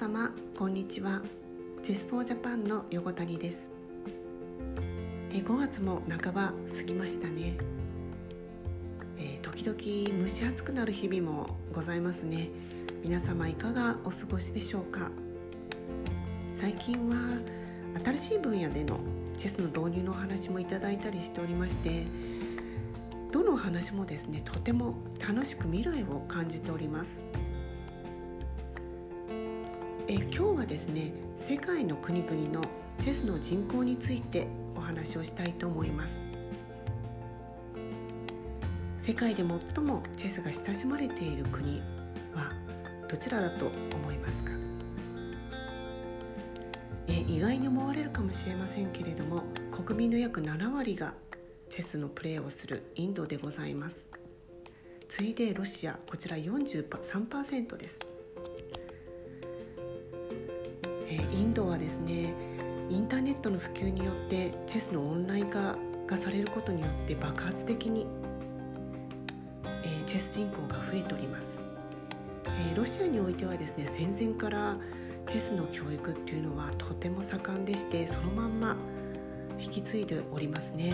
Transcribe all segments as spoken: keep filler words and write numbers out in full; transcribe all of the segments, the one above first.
様こんにちは。チェスフォージャパンの横谷です。えごがつも半ば過ぎましたね。え時々蒸し暑くなる日々もございますね。皆様いかがお過ごしでしょうか。最近は新しい分野でのチェスの導入のお話もいただいたりしておりまして、どのお話もですね、とても楽しく未来を感じております。え今日はですね、世界の国々のチェスの人口についてお話をしたいと思います。世界で最もチェスが親しまれている国はどちらだと思いますか。え意外に思われるかもしれませんけれども、国民の約ななわりがチェスのプレーをするインドでございます。次いでロシア、こちら よんじゅうさんパーセント です。インドはですね、インターネットの普及によってチェスのオンライン化がされることによって爆発的に、えー、チェス人口が増えております。えー、ロシアにおいてはですね、戦前からチェスの教育っていうのはとても盛んでして、そのまんま引き継いでおりますね。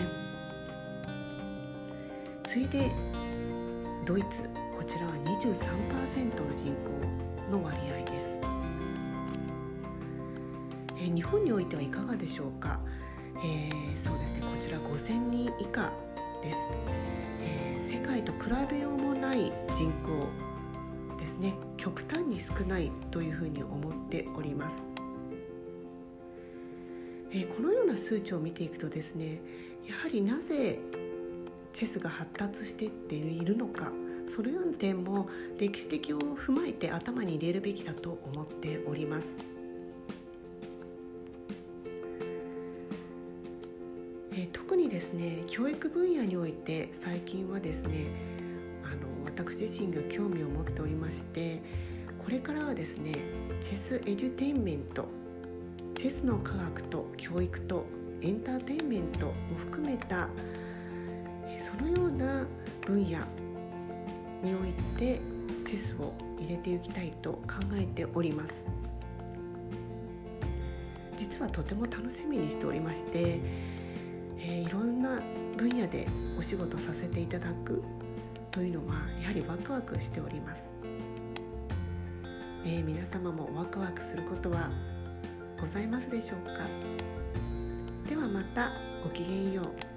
次いでドイツ、こちらは にじゅうさんパーセント の人口の割合です。えー、日本においてはいかがでしょうか。えー、そうですね、こちらごせんにん以下です。えー、世界と比べようもない人口ですね。極端に少ないというふうに思っております。えー、このような数値を見ていくとですね、やはりなぜチェスが発達していっているのか、そのような点も歴史的を踏まえて頭に入れるべきだと思っております。えー、特にですね、教育分野において最近はですね、あの私自身が興味を持っておりまして、これからはですね、チェスエデュテインメント、チェスの科学と教育とエンターテインメントを含めたそのような分野においてチェスを入れていきたいと考えております。実はとても楽しみにしておりまして、えー、いろんな分野でお仕事させていただくというのはやはりワクワクしております。えー、皆様もワクワクすることはございますでしょうか。ではまた、ごきげんよう。